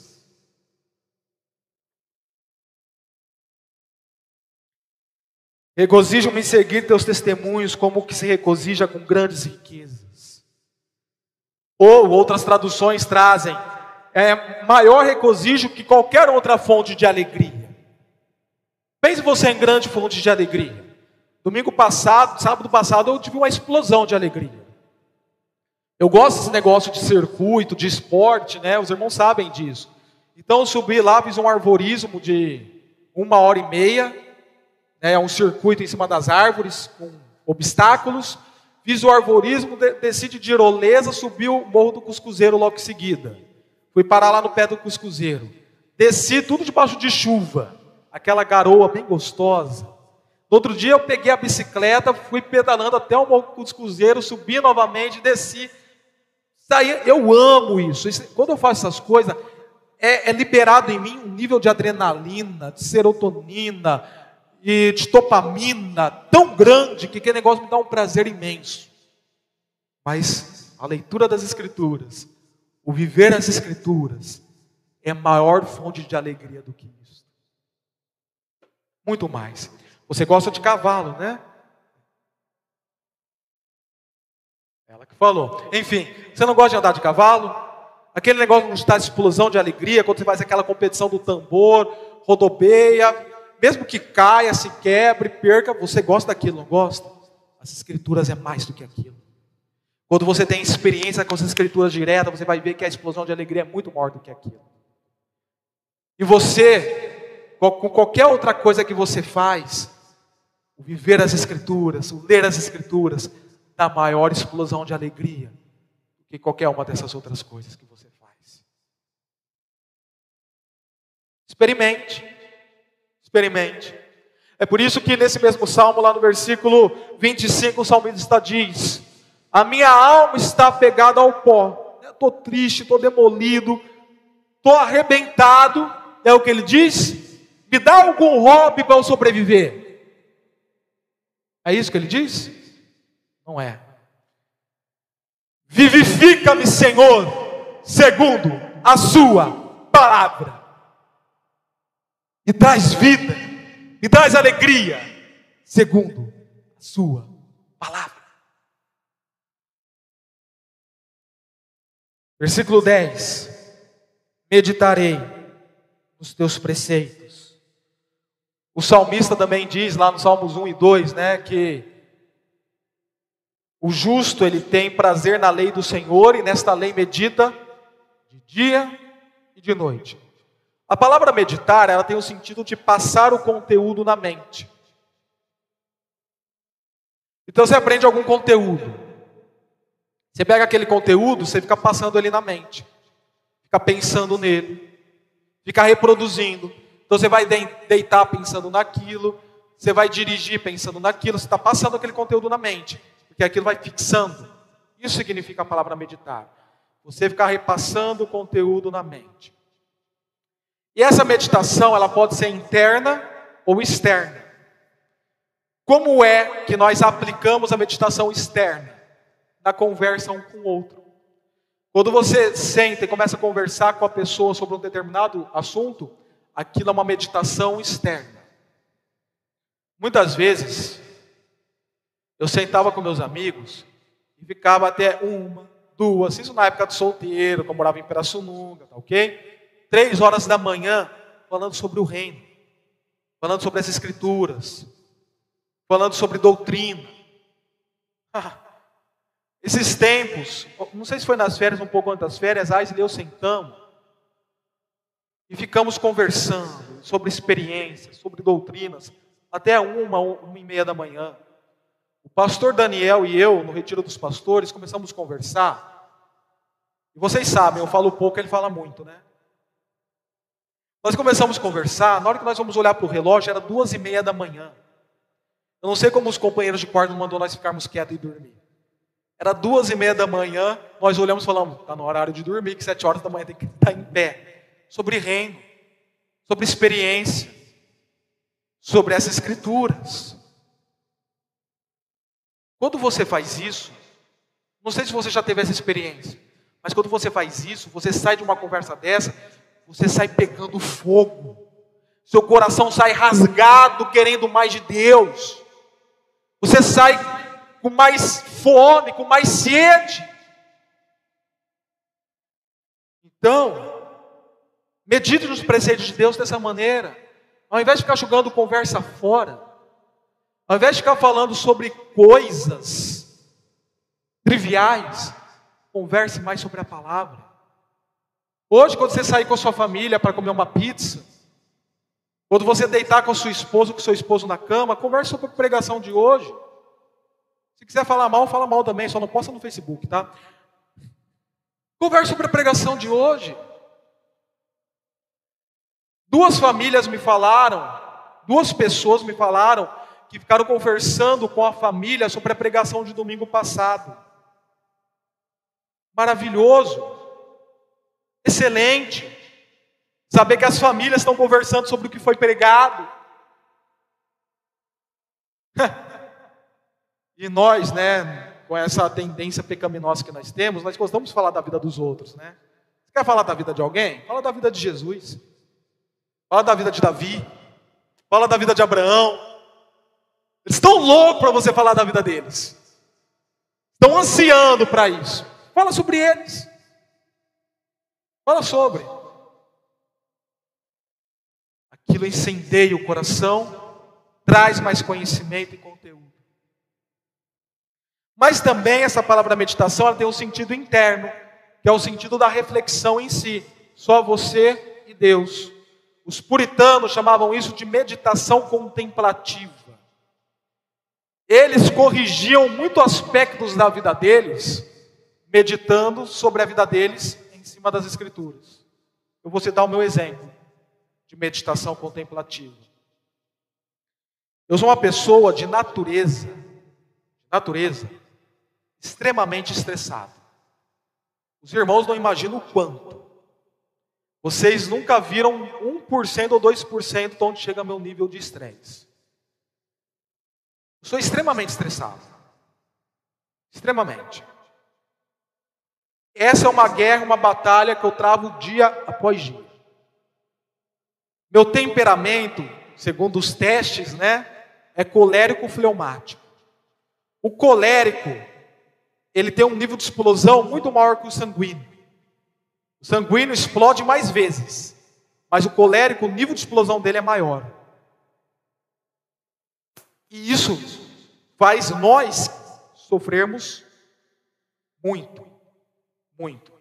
Regozijo-me em seguir teus testemunhos, como o que se regozija com grandes riquezas. Ou outras traduções trazem maior regozijo que qualquer outra fonte de alegria. Pense você em grande fonte de alegria. Sábado passado, eu tive uma explosão de alegria. Eu gosto desse negócio de circuito, de esporte, né? Os irmãos sabem disso. Então eu subi lá, fiz um arvorismo de 1h30, um circuito em cima das árvores, com obstáculos. Fiz o arvorismo, desci de tirolesa, subi o Morro do Cuscuzeiro logo em seguida. Fui parar lá no pé do Cuscuzeiro. Desci tudo debaixo de chuva, aquela garoa bem gostosa. No outro dia eu peguei a bicicleta, fui pedalando até o Morro do Cuscuzeiro, subi novamente, desci Eu amo isso. Quando eu faço essas coisas, é liberado em mim um nível de adrenalina, de serotonina e de dopamina tão grande que aquele negócio me dá um prazer imenso. Mas a leitura das Escrituras, o viver as Escrituras, é maior fonte de alegria do que isso. Muito mais. Você gosta de cavalo, né? Ela que falou. Enfim, você não gosta de andar de cavalo? Aquele negócio de estar explosão de alegria, quando você faz aquela competição do tambor, rodobeia, mesmo que caia, se quebre, perca, você gosta daquilo, não gosta? As Escrituras é mais do que aquilo. Quando você tem experiência com as Escrituras diretas, você vai ver que a explosão de alegria é muito maior do que aquilo. E você, com qualquer outra coisa que você faz, o viver as Escrituras, o ler as Escrituras, dá maior explosão de alegria do que qualquer uma dessas outras coisas que você faz. Experimente. Experimente. É por isso que nesse mesmo salmo, lá no versículo 25, o salmista diz: a minha alma está apegada ao pó. Estou triste, estou demolido, estou arrebentado. É o que ele diz? Me dá algum hobby para eu sobreviver. É isso que ele diz? Não é. Vivifica-me, Senhor, segundo a sua palavra. E traz vida, e traz alegria, segundo a sua palavra. Versículo 10. Meditarei nos teus preceitos. O salmista também diz lá no Salmos 1 e 2, né, que o justo, ele tem prazer na lei do Senhor, e nesta lei medita de dia e de noite. A palavra meditar, ela tem o sentido de passar o conteúdo na mente. Então você aprende algum conteúdo. Você pega aquele conteúdo, você fica passando ele na mente. Fica pensando nele. Fica reproduzindo. Então você vai deitar pensando naquilo. Você vai dirigir pensando naquilo. Você está passando aquele conteúdo na mente. Porque aquilo vai fixando. Isso significa a palavra meditar. Você ficar repassando o conteúdo na mente. E essa meditação, ela pode ser interna ou externa. Como é que nós aplicamos a meditação externa? Na conversa um com o outro. Quando você senta e começa a conversar com a pessoa sobre um determinado assunto, aquilo é uma meditação externa. Muitas vezes, eu sentava com meus amigos e ficava até 1, 2, isso na época de solteiro, que eu morava em Pirassununga, tá ok? 3 horas da manhã, falando sobre o reino, falando sobre as Escrituras, falando sobre doutrina. Esses tempos, não sei se foi nas férias, um pouco antes das férias, Ais e eu sentamos e ficamos conversando sobre experiências, sobre doutrinas, até 1h30 da manhã. O pastor Daniel e eu, no Retiro dos Pastores, começamos a conversar. E vocês sabem, eu falo pouco, ele fala muito, né? Nós começamos a conversar, na hora que nós vamos olhar para o relógio, era 2h30 da manhã. Eu não sei como os companheiros de quarto não mandou nós ficarmos quietos e dormir. Era 2h30 da manhã, nós olhamos e falamos, está no horário de dormir, que 7 horas da manhã tem que estar em pé. Sobre reino, sobre experiência, sobre essas Escrituras. Quando você faz isso, não sei se você já teve essa experiência, mas quando você faz isso, você sai de uma conversa dessa, você sai pegando fogo. Seu coração sai rasgado, querendo mais de Deus. Você sai com mais fome, com mais sede. Então, medite nos preceitos de Deus dessa maneira. Ao invés de ficar jogando conversa fora, ao invés de ficar falando sobre coisas triviais, converse mais sobre a palavra. Hoje, quando você sair com a sua família para comer uma pizza, quando você deitar com a sua esposa ou com o seu esposo na cama, converse sobre a pregação de hoje. Se quiser falar mal, fala mal também, só não posta no Facebook, tá? Converse sobre a pregação de hoje. 2 famílias me falaram, 2 pessoas me falaram que ficaram conversando com a família sobre a pregação de domingo passado. Maravilhoso. Excelente. Saber que as famílias estão conversando sobre o que foi pregado. E nós, com essa tendência pecaminosa que nós temos, nós gostamos de falar da vida dos outros, né? Você quer falar da vida de alguém? Fala da vida de Jesus. Fala da vida de Davi. Fala da vida de Abraão. Eles estão loucos para você falar da vida deles. Estão ansiando para isso. Fala sobre eles. Fala sobre. Aquilo incendeia o coração, traz mais conhecimento e conteúdo. Mas também essa palavra meditação, ela tem um sentido interno, que é o sentido da reflexão em si. Só você e Deus. Os puritanos chamavam isso de meditação contemplativa. Eles corrigiam muitos aspectos da vida deles, meditando sobre a vida deles em cima das Escrituras. Eu vou citar o meu exemplo de meditação contemplativa. Eu sou uma pessoa de natureza extremamente estressada. Os irmãos não imaginam o quanto. Vocês nunca viram 1% ou 2% de onde chega meu nível de estresse. Eu sou extremamente estressado. Extremamente. Essa é uma guerra, uma batalha que eu travo dia após dia. Meu temperamento, segundo os testes, é colérico fleumático. O colérico, ele tem um nível de explosão muito maior que o sanguíneo. O sanguíneo explode mais vezes, mas o colérico, o nível de explosão dele é maior. E isso faz nós sofrermos muito, muito.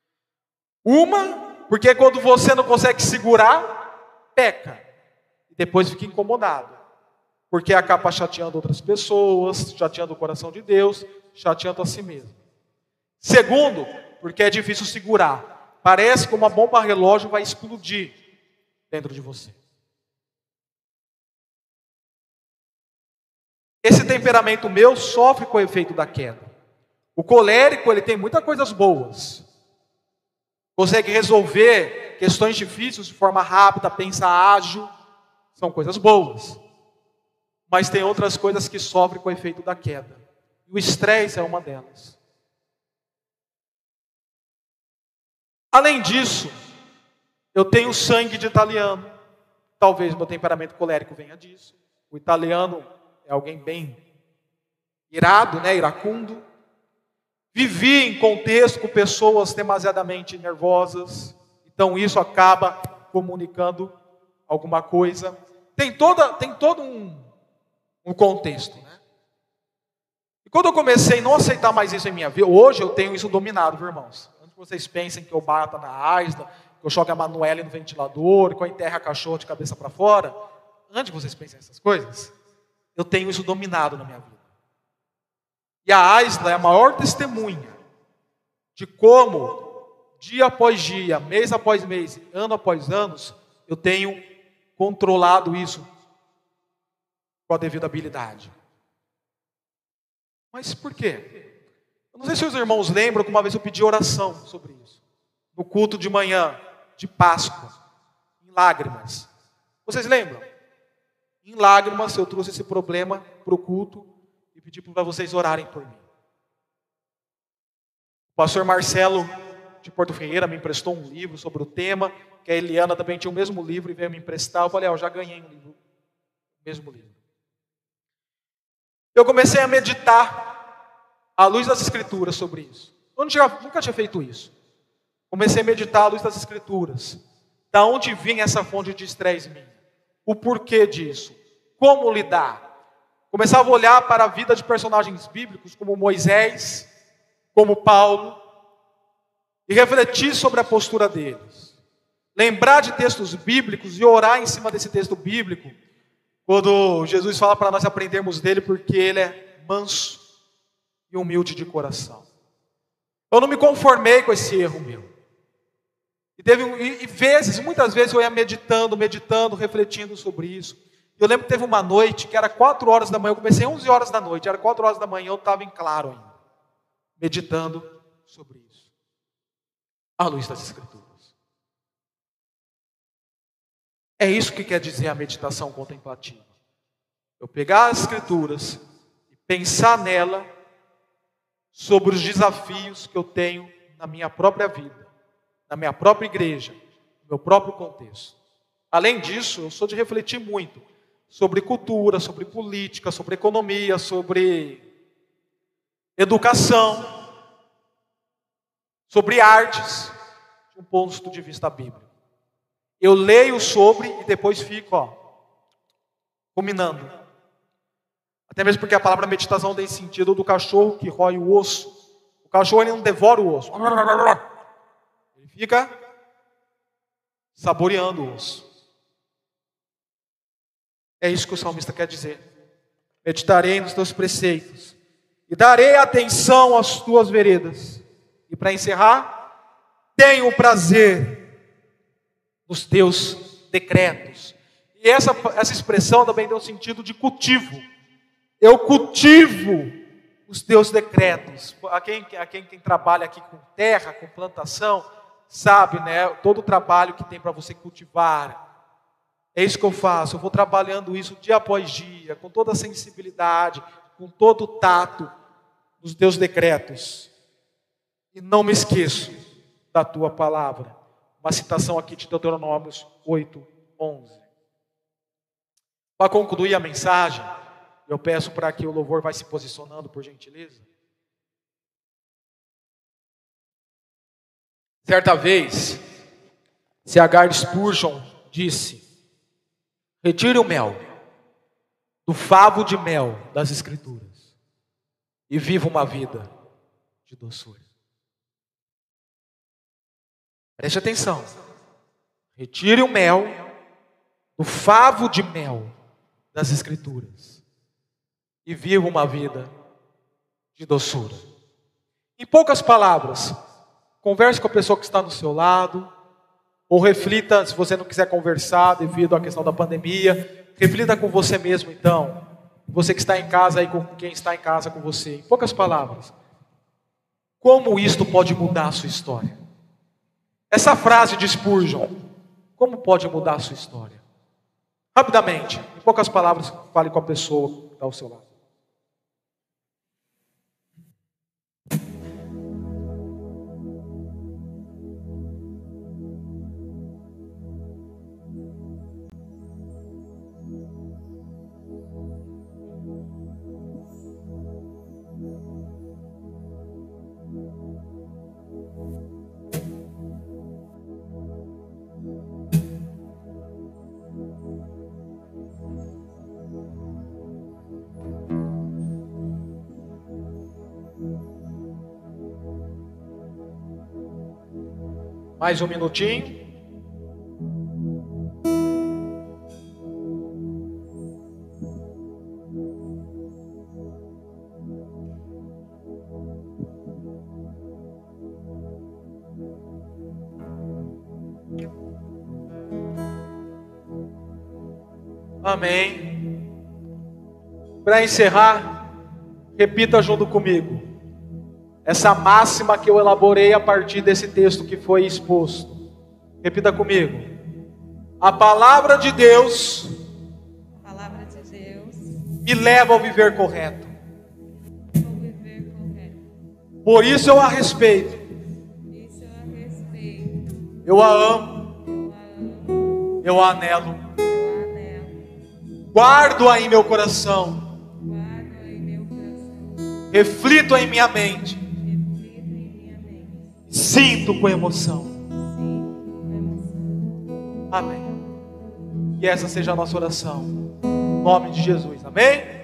Porque quando você não consegue segurar, peca. E depois fica incomodado. Porque acaba chateando outras pessoas, chateando o coração de Deus, chateando a si mesmo. Segundo, porque é difícil segurar. Parece que uma bomba relógio vai explodir dentro de você. Esse temperamento meu sofre com o efeito da queda. O colérico, ele tem muitas coisas boas. Consegue resolver questões difíceis de forma rápida, pensa ágil. São coisas boas. Mas tem outras coisas que sofrem com o efeito da queda. E o estresse é uma delas. Além disso, eu tenho sangue de italiano. Talvez meu temperamento colérico venha disso. O italiano é alguém bem irado, iracundo. Vivi em contexto com pessoas demasiadamente nervosas. Então isso acaba comunicando alguma coisa. Tem todo um contexto, E quando eu comecei a não aceitar mais isso em minha vida, hoje eu tenho isso dominado, viu, irmãos? Antes que vocês pensem que eu bato na Aisla, que eu jogo a Manuela no ventilador, que eu enterro a cachorro de cabeça para fora. Antes que vocês pensem essas coisas, eu tenho isso dominado na minha vida. E a Aisla é a maior testemunha de como, dia após dia, mês após mês, ano após ano, eu tenho controlado isso com a devida habilidade. Mas por quê? Eu não sei se os irmãos lembram que uma vez eu pedi oração sobre isso. No culto de manhã, de Páscoa, em lágrimas. Vocês lembram? Em lágrimas eu trouxe esse problema para o culto e pedi para vocês orarem por mim. O pastor Marcelo de Porto Ferreira me emprestou um livro sobre o tema, que a Eliana também tinha o mesmo livro e veio me emprestar. Eu falei, eu já ganhei um livro, o mesmo livro. Eu comecei a meditar à luz das Escrituras sobre isso. Eu nunca tinha feito isso. Comecei a meditar à luz das Escrituras. Da onde vinha essa fonte de estresse em mim? O porquê disso? Como lidar? Começava a olhar para a vida de personagens bíblicos como Moisés, como Paulo, e refletir sobre a postura deles. Lembrar de textos bíblicos e orar em cima desse texto bíblico, quando Jesus fala para nós aprendermos dele, porque ele é manso e humilde de coração. Eu não me conformei com esse erro meu. Muitas vezes eu ia meditando, refletindo sobre isso. Eu lembro que teve uma noite que era 4 horas da manhã, eu comecei 11 horas da noite, era 4 horas da manhã, eu estava em claro ainda, meditando sobre isso. à luz das Escrituras. É isso que quer dizer a meditação contemplativa. Eu pegar as Escrituras e pensar nela sobre os desafios que eu tenho na minha própria vida, na minha própria igreja, no meu próprio contexto. Além disso, eu sou de refletir muito sobre cultura, sobre política, sobre economia, sobre educação, sobre artes, de um ponto de vista bíblico. Eu leio sobre e depois fico, ruminando. Até mesmo porque a palavra meditação tem sentido do cachorro que rói o osso. O cachorro ele não devora o osso. Ele fica saboreando o osso. É isso que o salmista quer dizer. Meditarei nos teus preceitos e darei atenção às tuas veredas. E para encerrar, tenho prazer nos teus decretos. E essa expressão também tem um sentido de cultivo. Eu cultivo os teus decretos. Quem trabalha aqui com terra, com plantação, sabe, né? Todo o trabalho que tem para você cultivar. É isso que eu faço. Eu vou trabalhando isso dia após dia, com toda a sensibilidade, com todo o tato dos teus decretos. E não me esqueço da tua palavra. Uma citação aqui de Deuteronômio 8:11. Para concluir a mensagem, eu peço para que o louvor vai se posicionando, por gentileza. Certa vez, C.H. Spurgeon disse: retire o mel do favo de mel das Escrituras e viva uma vida de doçura. Preste atenção. Retire o mel do favo de mel das Escrituras e viva uma vida de doçura. Em poucas palavras, converse com a pessoa que está do seu lado, ou reflita, se você não quiser conversar devido à questão da pandemia, reflita com você mesmo então, você que está em casa aí com quem está em casa com você. Em poucas palavras, como isto pode mudar a sua história? Essa frase de Spurgeon, como pode mudar a sua história? Rapidamente, em poucas palavras, fale com a pessoa que está ao seu lado. Mais um minutinho. Amém. Para encerrar, repita junto comigo essa máxima que eu elaborei a partir desse texto que foi exposto. Repita comigo. A palavra de Deus me leva ao viver correto. Por isso eu a respeito. Eu a amo. Eu a anelo. Guardo-a em meu coração. Reflito em minha mente. Sinto com emoção. Amém. Que essa seja a nossa oração. Em nome de Jesus. Amém?